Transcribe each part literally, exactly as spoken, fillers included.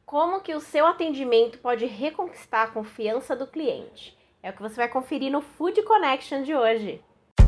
Como que o seu atendimento pode reconquistar a confiança do cliente? É o que você vai conferir no Food Connection de hoje.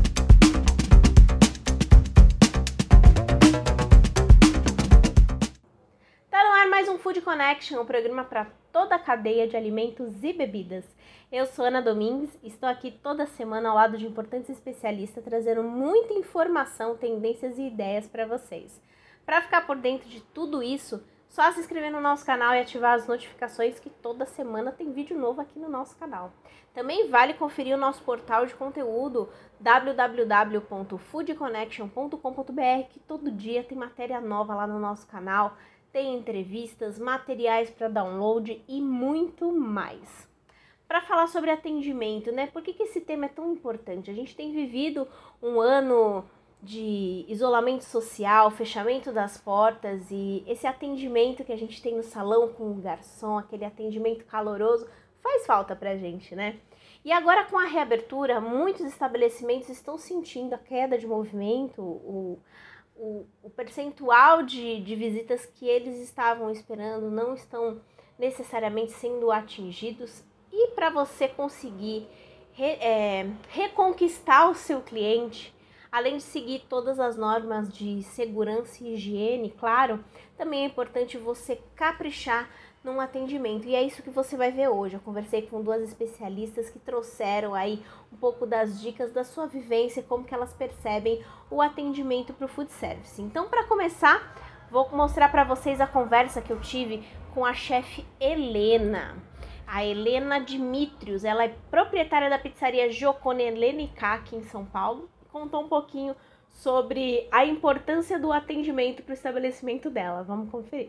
Tá no ar mais um Food Connection, um programa para toda a cadeia de alimentos e bebidas. Eu sou Ana Domingues, estou aqui toda semana ao lado de importantes especialistas, trazendo muita informação, tendências e ideias para vocês. Para ficar por dentro de tudo isso, só se inscrever no nosso canal e ativar as notificações que toda semana tem vídeo novo aqui no nosso canal. Também vale conferir o nosso portal de conteúdo w w w ponto food connection ponto com ponto b r, que todo dia tem matéria nova lá no nosso canal, tem entrevistas, materiais para download e muito mais. Para falar sobre atendimento, né? Por que que esse tema é tão importante? A gente tem vivido um ano de isolamento social, fechamento das portas, e esse atendimento que a gente tem no salão com o garçom, aquele atendimento caloroso, faz falta pra gente, né? E agora com a reabertura, muitos estabelecimentos estão sentindo a queda de movimento, o, o, o percentual de, de visitas que eles estavam esperando não estão necessariamente sendo atingidos. E para você conseguir re, é, reconquistar o seu cliente, além de seguir todas as normas de segurança e higiene, claro, também é importante você caprichar num atendimento. E é isso que você vai ver hoje. Eu conversei com duas especialistas que trouxeram aí um pouco das dicas da sua vivência, como que elas percebem o atendimento para o food service. Então, para começar, vou mostrar para vocês a conversa que eu tive com a chefe Helena. A Helena Dimitrios, ela é proprietária da pizzaria Giocone Helena e K aqui em São Paulo. Contou um pouquinho sobre a importância do atendimento para o estabelecimento dela. Vamos conferir.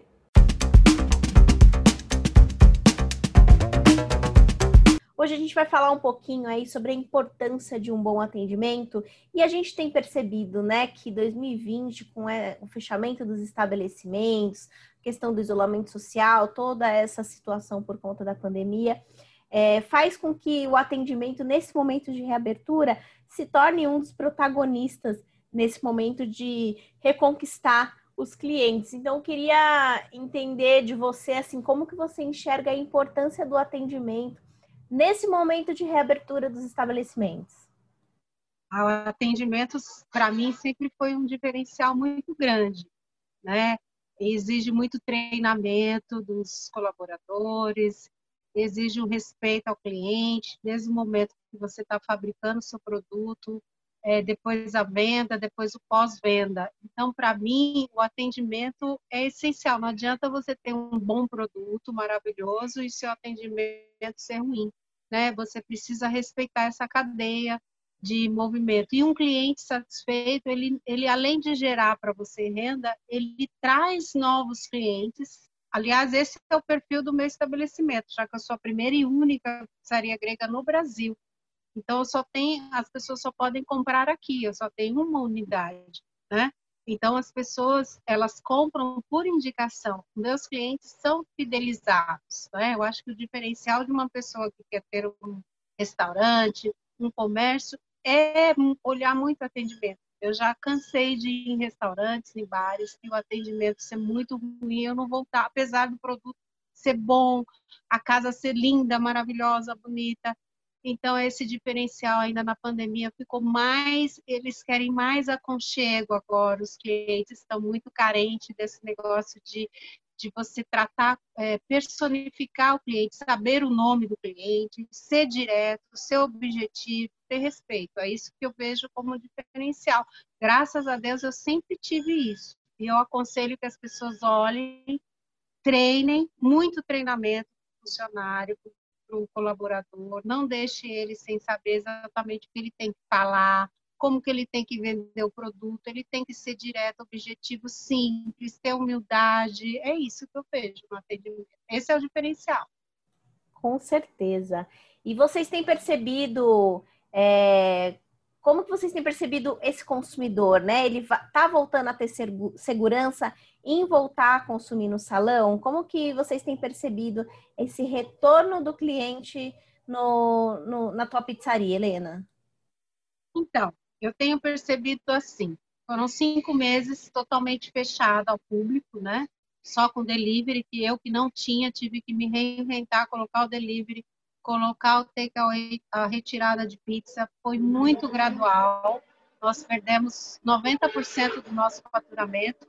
Hoje a gente vai falar um pouquinho aí sobre a importância de um bom atendimento, e a gente tem percebido, né, que dois mil e vinte, com o fechamento dos estabelecimentos, questão do isolamento social, toda essa situação por conta da pandemia, é, faz com que o atendimento nesse momento de reabertura se torne um dos protagonistas nesse momento de reconquistar os clientes. Então, eu queria entender de você, assim, como que você enxerga a importância do atendimento nesse momento de reabertura dos estabelecimentos. O atendimento, para mim, sempre foi um diferencial muito grande, né? Exige muito treinamento dos colaboradores, exige um respeito ao cliente, desde o momento que você está fabricando o seu produto, é, depois a venda, depois o pós-venda. Então, para mim, o atendimento é essencial. Não adianta você ter um bom produto maravilhoso e seu atendimento ser ruim, né? Você precisa respeitar essa cadeia de movimento. E um cliente satisfeito, ele, ele além de gerar para você renda, ele traz novos clientes. Aliás, esse é o perfil do meu estabelecimento, já que eu sou a primeira e única pizzaria grega no Brasil. Então, eu só tenho, as pessoas só podem comprar aqui, eu só tenho uma unidade, né? Então, as pessoas, elas compram por indicação. Meus clientes são fidelizados, né? Eu acho que o diferencial de uma pessoa que quer ter um restaurante, um comércio, é olhar muito o atendimento. Eu já cansei de ir em restaurantes, em bares, e o atendimento ser muito ruim, eu não voltar, apesar do produto ser bom, a casa ser linda, maravilhosa, bonita. Então, esse diferencial ainda na pandemia ficou mais, eles querem mais aconchego agora, os clientes estão muito carentes desse negócio de, de você tratar, é, personificar o cliente, saber o nome do cliente, ser direto, ser objetivo, ter respeito. É isso que eu vejo como diferencial. Graças a Deus, eu sempre tive isso. E eu aconselho que as pessoas olhem, treinem, muito treinamento para o funcionário, para o colaborador, não deixe ele sem saber exatamente o que ele tem que falar, como que ele tem que vender o produto, ele tem que ser direto, objetivo, simples, ter humildade, é isso que eu vejo no atendimento. Esse é o diferencial. Com certeza. E vocês têm percebido, é, como que vocês têm percebido esse consumidor, né? Ele tá voltando a ter segurança em voltar a consumir no salão? Como que vocês têm percebido esse retorno do cliente no, no, na tua pizzaria, Helena? Então, eu tenho percebido assim, foram cinco meses totalmente fechada ao público, né? só com delivery, que eu que não tinha, tive que me reinventar, colocar o delivery, colocar o takeaway, a retirada de pizza, foi muito gradual. Nós perdemos noventa por cento do nosso faturamento.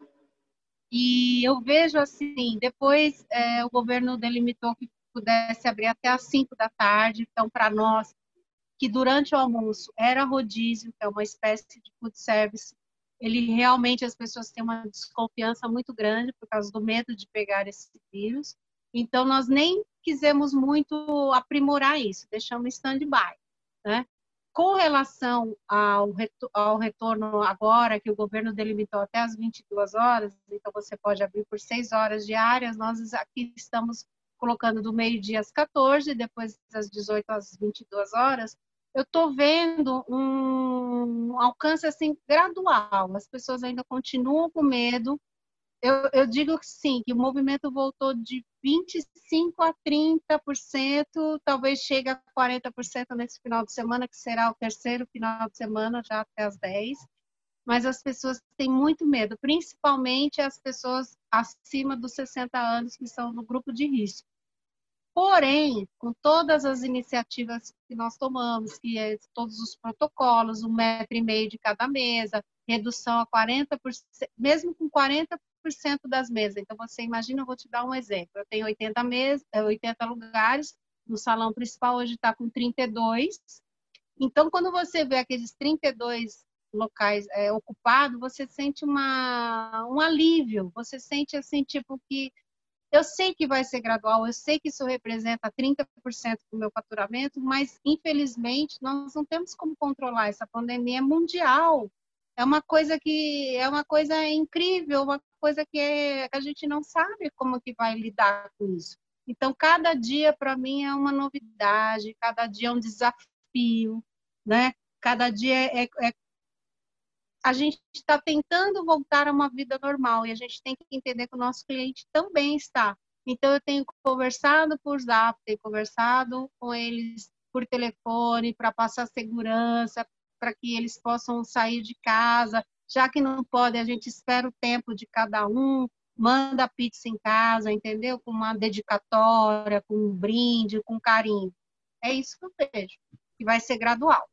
E eu vejo assim, depois é, o governo delimitou que pudesse abrir até às cinco da tarde, então para nós, que durante o almoço era rodízio, que é uma espécie de food service, ele realmente, as pessoas têm uma desconfiança muito grande por causa do medo de pegar esse vírus, então nós nem quisemos muito aprimorar isso, deixamos em stand-by, né? Com relação ao, retor ao retorno agora, que o governo delimitou até as vinte e duas horas, então você pode abrir por seis horas diárias, nós aqui estamos colocando do meio-dia às quatorze, depois das dezoito às vinte e duas horas, eu estou vendo um alcance assim gradual, as pessoas ainda continuam com medo. Eu, eu digo que sim, que o movimento voltou de vinte e cinco por cento a trinta por cento, talvez chegue a quarenta por cento nesse final de semana, que será o terceiro final de semana, já até as dez. Mas as pessoas têm muito medo, principalmente as pessoas acima dos sessenta anos, que são no grupo de risco. Porém, com todas as iniciativas que nós tomamos, que é todos os protocolos, um metro e meio de cada mesa, redução a quarenta por cento, mesmo com quarenta por cento das mesas. Então, você imagina, eu vou te dar um exemplo. Eu tenho oitenta, mesas, oitenta lugares, no salão principal hoje está com trinta e dois. Então, quando você vê aqueles trinta e dois locais é, ocupados, você sente uma, um alívio. Você sente assim, tipo, que eu sei que vai ser gradual, eu sei que isso representa trinta por cento do meu faturamento, mas, infelizmente, nós não temos como controlar essa pandemia mundial. É uma coisa que é uma coisa incrível, uma coisa que, é, que a gente não sabe como que vai lidar com isso. Então, cada dia, para mim, é uma novidade, cada dia é um desafio, né? Cada dia é, é a gente está tentando voltar a uma vida normal e a gente tem que entender que o nosso cliente também está. Então, eu tenho conversado por Zap, tenho conversado com eles por telefone para passar segurança, para que eles possam sair de casa. Já que não podem, a gente espera o tempo de cada um, manda a pizza em casa, entendeu? Com uma dedicatória, com um brinde, com carinho. É isso que eu vejo, que vai ser gradual.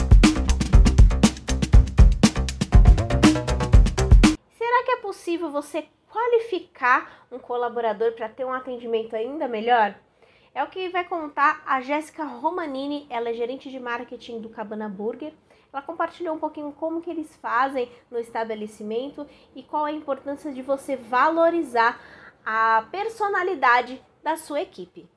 Será que é possível você qualificar um colaborador para ter um atendimento ainda melhor? É o que vai contar a Jéssica Romanini, ela é gerente de marketing do Cabana Burger. Ela compartilhou um pouquinho como que eles fazem no estabelecimento e qual a importância de você valorizar a personalidade da sua equipe.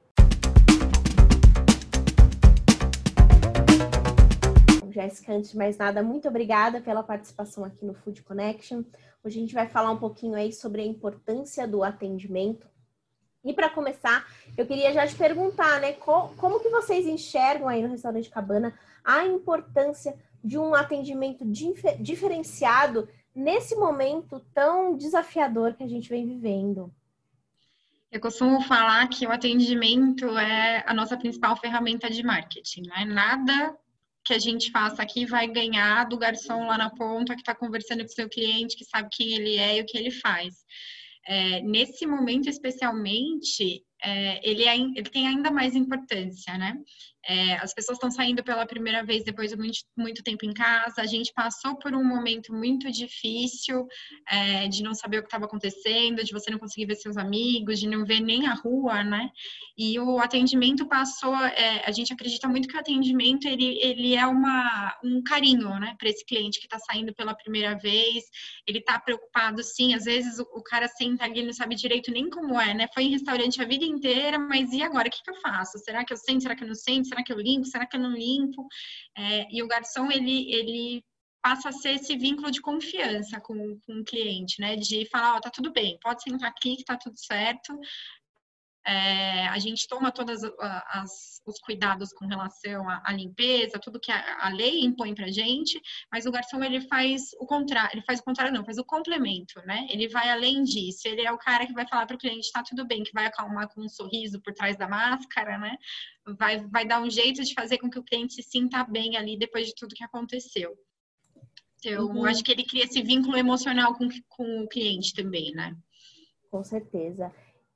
Jéssica, antes de mais nada, muito obrigada pela participação aqui no Food Connection. Hoje a gente vai falar um pouquinho aí sobre a importância do atendimento. E para começar, eu queria já te perguntar, né, como, como que vocês enxergam aí no Restaurante Cabana a importância de um atendimento dif- diferenciado nesse momento tão desafiador que a gente vem vivendo? Eu costumo falar que o atendimento é a nossa principal ferramenta de marketing, né? Nada que a gente faça aqui vai ganhar do garçom lá na ponta que está conversando com o seu cliente, que sabe quem ele é e o que ele faz. É, nesse momento, especialmente, é, ele, é, ele tem ainda mais importância, né? É, as pessoas estão saindo pela primeira vez depois de muito, muito tempo em casa. A gente passou por um momento muito difícil é, de não saber o que estava acontecendo, de você não conseguir ver seus amigos, de não ver nem a rua, né? E o atendimento passou... É, a gente acredita muito que o atendimento ele, ele é uma, um carinho, né? Para esse cliente que está saindo pela primeira vez. Ele está preocupado, sim. Às vezes o, o cara senta ali e não sabe direito nem como é, né? Foi em restaurante a vida inteira, mas e agora? O que, que eu faço? Será que eu sento? Será que eu não sento? Será que eu limpo? Será que eu não limpo? É, e o garçom, ele, ele passa a ser esse vínculo de confiança com, com o cliente, né? De falar, ó, oh, tá tudo bem, pode sentar aqui que tá tudo certo. É, a gente toma todos os cuidados com relação à, à limpeza, tudo que a, a lei impõe pra gente, mas o garçom, ele faz o contrário, ele faz o contrário não, faz o complemento, né? Ele vai além disso, ele é o cara que vai falar pro cliente, tá tudo bem, que vai acalmar com um sorriso por trás da máscara, né? Vai, vai dar um jeito de fazer com que o cliente se sinta bem ali depois de tudo que aconteceu. Então, uhum. Acho que ele cria esse vínculo emocional com, com o cliente também, né? Com certeza.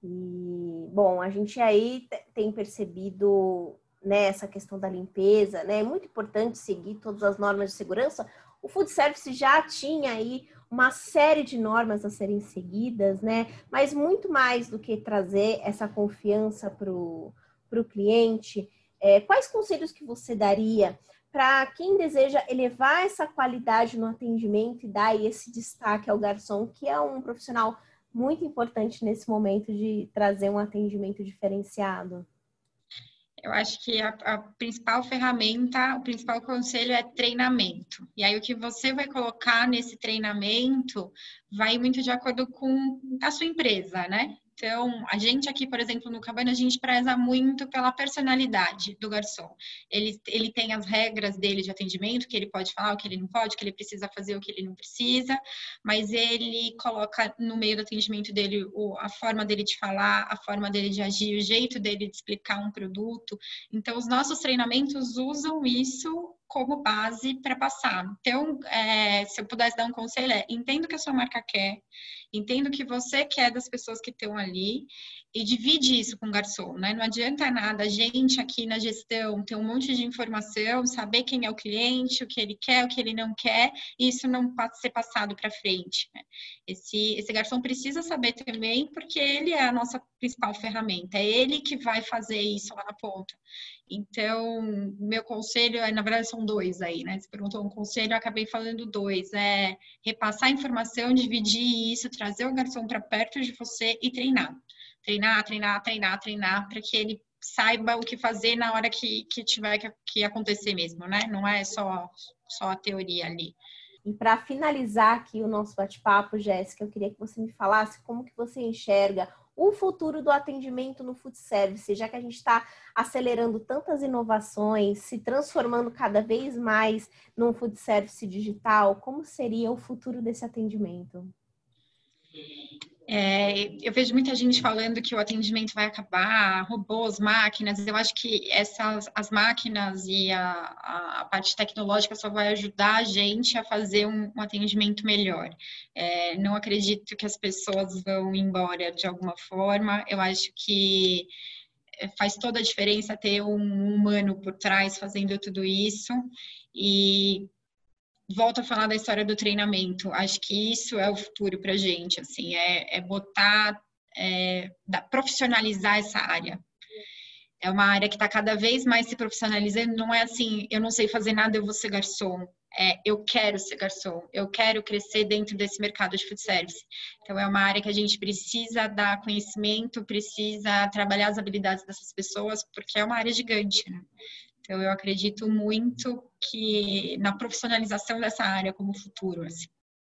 E, bom, a gente aí tem percebido, né, essa questão da limpeza, né? É muito importante seguir todas as normas de segurança. O food service já tinha aí uma série de normas a serem seguidas, né? Mas muito mais do que trazer essa confiança para o cliente, é, quais conselhos que você daria para quem deseja elevar essa qualidade no atendimento e dar esse destaque ao garçom, que é um profissional muito importante nesse momento de trazer um atendimento diferenciado? Eu acho que a, a principal ferramenta, o principal conselho é treinamento. E aí o que você vai colocar nesse treinamento vai muito de acordo com a sua empresa, né? Então, a gente aqui, por exemplo, no Cabana, a gente preza muito pela personalidade do garçom. Ele, ele tem as regras dele de atendimento, que ele pode falar, o que ele não pode, o que ele precisa fazer, o que ele não precisa, mas ele coloca no meio do atendimento dele o, a forma dele de falar, a forma dele de agir, o jeito dele de explicar um produto. Então, os nossos treinamentos usam isso como base para passar. Então, é, se eu pudesse dar um conselho, é entenda o que a sua marca quer, entenda o que você quer das pessoas que estão ali e divide isso com o garçom, né? Não adianta nada a gente aqui na gestão ter um monte de informação, saber quem é o cliente, o que ele quer, o que ele não quer, e isso não pode ser passado para frente, né? Esse, esse garçom precisa saber também, porque ele é a nossa principal ferramenta, é ele que vai fazer isso lá na ponta. Então, meu conselho, é, na verdade, são dois aí, né? Você perguntou um conselho, eu acabei falando dois. É repassar a informação, dividir isso, trazer o garçom para perto de você e treinar. Treinar, treinar, treinar, treinar, para que ele saiba o que fazer na hora que, que tiver que, que acontecer mesmo, né? Não é só, só a teoria ali. E para finalizar aqui o nosso bate-papo, Jéssica, eu queria que você me falasse como que você enxerga o futuro do atendimento no food service, já que a gente está acelerando tantas inovações, se transformando cada vez mais num food service digital, como seria o futuro desse atendimento? É, eu vejo muita gente falando que o atendimento vai acabar, robôs, máquinas. Eu acho que essas, as máquinas e a, a parte tecnológica só vai ajudar a gente a fazer um, um atendimento melhor. É, não acredito que as pessoas vão embora de alguma forma. Eu acho que faz toda a diferença ter um humano por trás fazendo tudo isso. E volto a falar da história do treinamento. Acho que isso é o futuro para a gente, assim, é, é botar, é, profissionalizar essa área. É uma área que está cada vez mais se profissionalizando. Não é assim, eu não sei fazer nada, eu vou ser garçom. É, eu quero ser garçom, eu quero crescer dentro desse mercado de food service. Então, é uma área que a gente precisa dar conhecimento, precisa trabalhar as habilidades dessas pessoas, porque é uma área gigante, né? Então, eu acredito muito que na profissionalização dessa área como futuro, assim.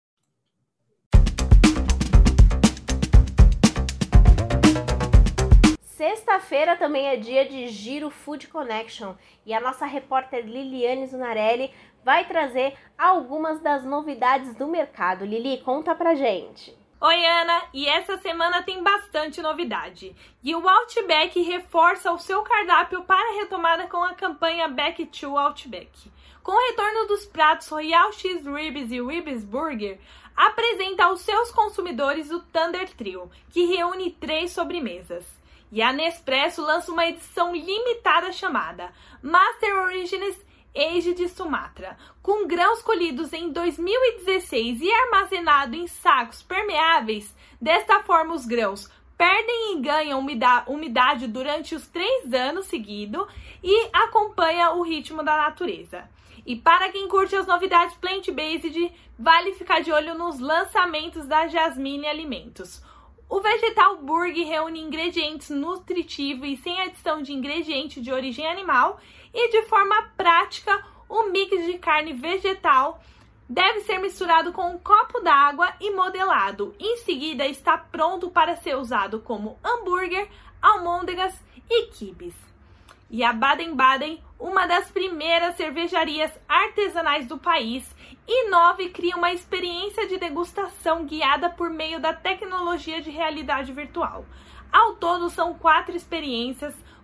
Sexta-feira também é dia de Giro Food Connection e a nossa repórter Liliane Zunarelli vai trazer algumas das novidades do mercado. Lili, conta pra gente. Oi, Ana! E essa semana tem bastante novidade. E o Outback reforça o seu cardápio para a retomada com a campanha Back to Outback. Com o retorno dos pratos Royal Cheese Ribs e Ribs Burger, apresenta aos seus consumidores o Thunder Trio, que reúne três sobremesas. E a Nespresso lança uma edição limitada chamada Master Origins Age de Sumatra, com grãos colhidos em dois mil e dezesseis e armazenado em sacos permeáveis. Desta forma, os grãos perdem e ganham umidade durante os três anos seguidos e acompanha o ritmo da natureza. E para quem curte as novidades plant-based, vale ficar de olho nos lançamentos da Jasmine Alimentos. O Vegetal Burger reúne ingredientes nutritivos e sem adição de ingrediente de origem animal e de forma prática o mix de carne vegetal deve ser misturado com um copo d'água e modelado. Em seguida está pronto para ser usado como hambúrguer, almôndegas e quibes. E a Baden-Baden, uma das primeiras cervejarias artesanais do país, inova e cria uma experiência de degustação guiada por meio da tecnologia de realidade virtual. Ao todo, são quatro experiências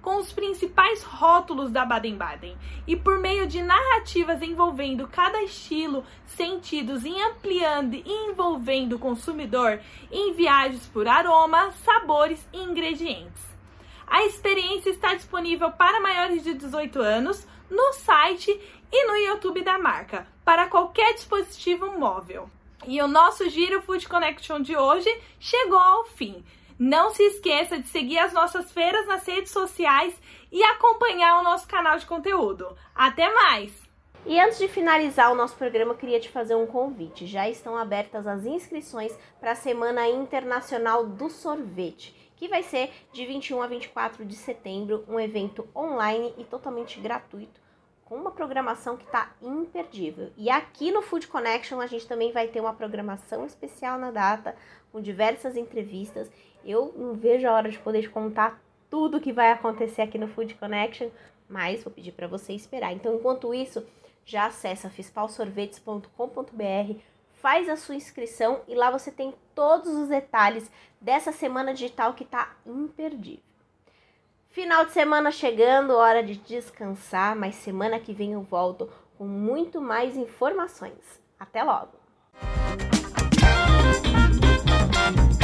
com os principais rótulos da Baden-Baden e por meio de narrativas envolvendo cada estilo, sentidos e ampliando e envolvendo o consumidor em viagens por aroma, sabores e ingredientes. A experiência está disponível para maiores de dezoito anos no site e no YouTube da marca, para qualquer dispositivo móvel. E o nosso Giro Food Connection de hoje chegou ao fim. Não se esqueça de seguir as nossas feiras nas redes sociais e acompanhar o nosso canal de conteúdo. Até mais! E antes de finalizar o nosso programa, eu queria te fazer um convite. Já estão abertas as inscrições para a Semana Internacional do Sorvete, que vai ser de vinte e um a vinte e quatro de setembro, um evento online e totalmente gratuito, com uma programação que está imperdível. E aqui no Food Connection a gente também vai ter uma programação especial na data, com diversas entrevistas. Eu não vejo a hora de poder te contar tudo que vai acontecer aqui no Food Connection, mas vou pedir para você esperar. Então, enquanto isso, já acessa fispal sorvetes ponto com ponto br, faz a sua inscrição e lá você tem todos os detalhes dessa semana digital que está imperdível. Final de semana chegando, hora de descansar, mas semana que vem eu volto com muito mais informações. Até logo!